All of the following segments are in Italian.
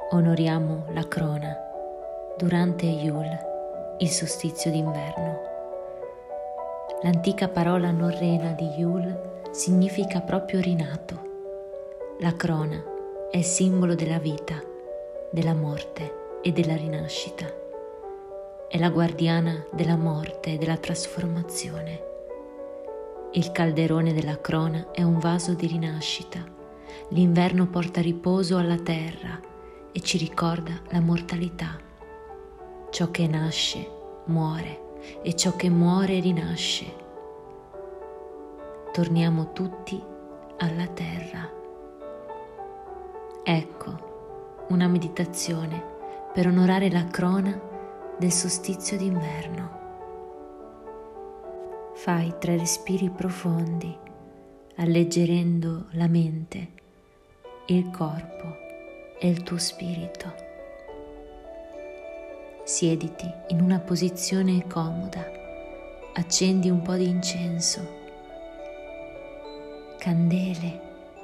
Onoriamo la crona durante Yule, il solstizio d'inverno. L'antica parola norrena di Yule significa proprio rinato. La crona è il simbolo della vita, della morte e della rinascita. È la guardiana della morte e della trasformazione. Il calderone della crona è un vaso di rinascita. L'inverno porta riposo alla terra e ci ricorda la mortalità. Ciò che nasce muore e ciò che muore rinasce. Torniamo tutti alla terra. Ecco, una meditazione per onorare la crona del solstizio d'inverno. Fai 3 respiri profondi, alleggerendo la mente, il corpo e il tuo spirito. Siediti in una posizione comoda, accendi un po' di incenso, candele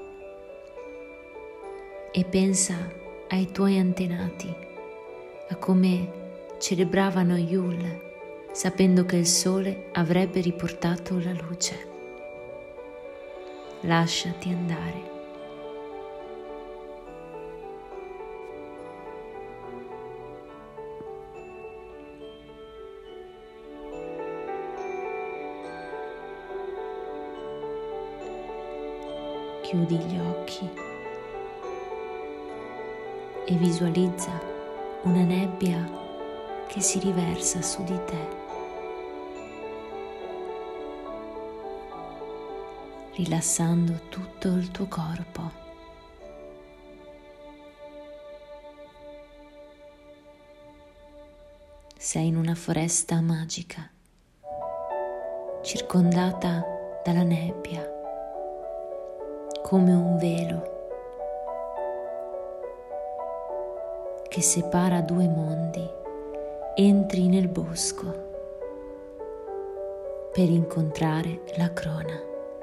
e pensa ai tuoi antenati, a come celebravano Yule, sapendo che il sole avrebbe riportato la luce. Lasciati andare. Chiudi gli occhi e visualizza una nebbia che si riversa su di te, rilassando tutto il tuo corpo. Sei in una foresta magica, circondata dalla nebbia, come un velo che separa 2 mondi. Entri nel bosco per incontrare la crona.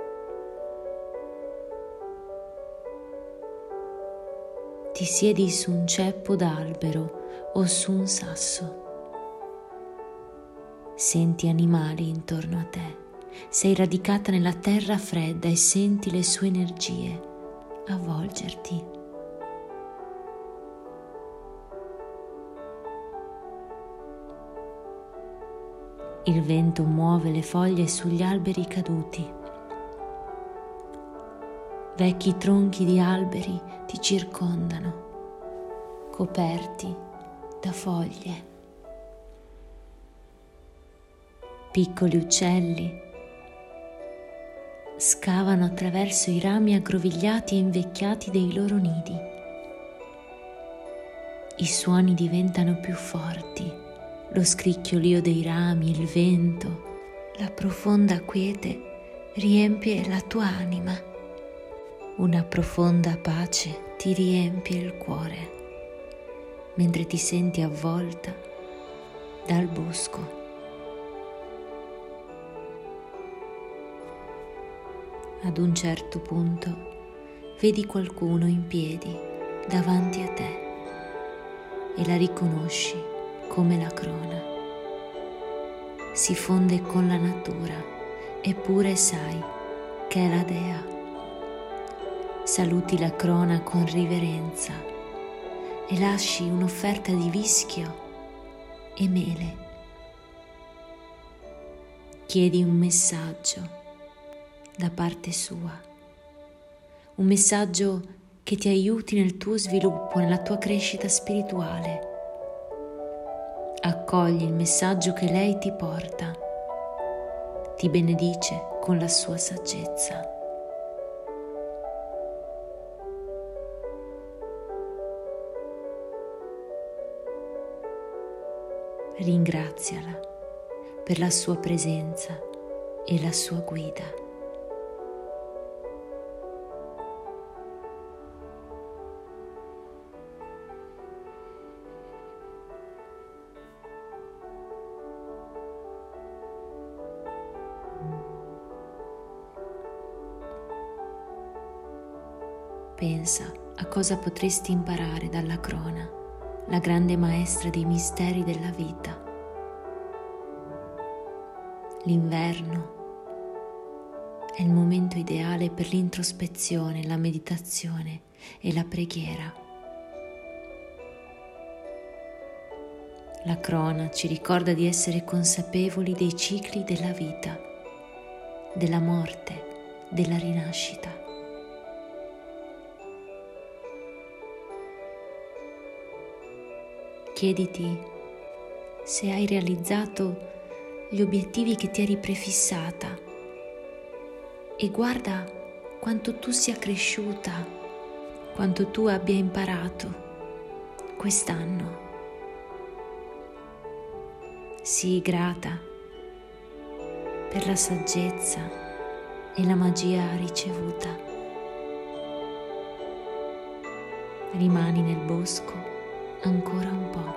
Ti siedi su un ceppo d'albero o su un sasso. Senti animali intorno a te. Sei radicata nella terra fredda e senti le sue energie avvolgerti. Il vento muove le foglie sugli alberi caduti. Vecchi tronchi di alberi ti circondano, coperti da foglie. Piccoli uccelli scavano attraverso i rami aggrovigliati e invecchiati dei loro nidi. I suoni diventano più forti, lo scricchiolio dei rami, il vento, la profonda quiete riempie la tua anima. Una profonda pace ti riempie il cuore, mentre ti senti avvolta dal bosco. Ad un certo punto vedi qualcuno in piedi davanti a te e la riconosci come la crona. Si fonde con la natura, eppure sai che è la dea. Saluti la crona con riverenza e lasci un'offerta di vischio e mele. Chiedi un messaggio da parte sua, un messaggio che ti aiuti nel tuo sviluppo, nella tua crescita spirituale. Accogli il messaggio che lei ti porta, ti benedice con la sua saggezza. Ringraziala per la sua presenza e la sua guida. Pensa a cosa potresti imparare dalla crona, la grande maestra dei misteri della vita. L'inverno è il momento ideale per l'introspezione, la meditazione e la preghiera. La crona ci ricorda di essere consapevoli dei cicli della vita, della morte, della rinascita. Chiediti se hai realizzato gli obiettivi che ti eri prefissata e guarda quanto tu sia cresciuta, quanto tu abbia imparato quest'anno. Sii grata per la saggezza e la magia ricevuta. Rimani nel bosco ancora un po'.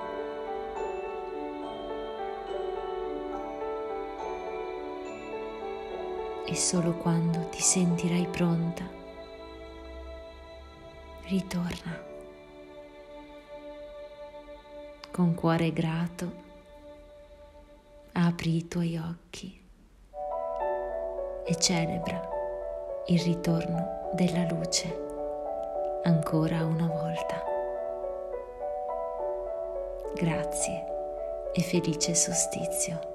E solo quando ti sentirai pronta, ritorna. Con cuore grato, apri i tuoi occhi e celebra il ritorno della luce ancora una volta. Grazie e felice solstizio.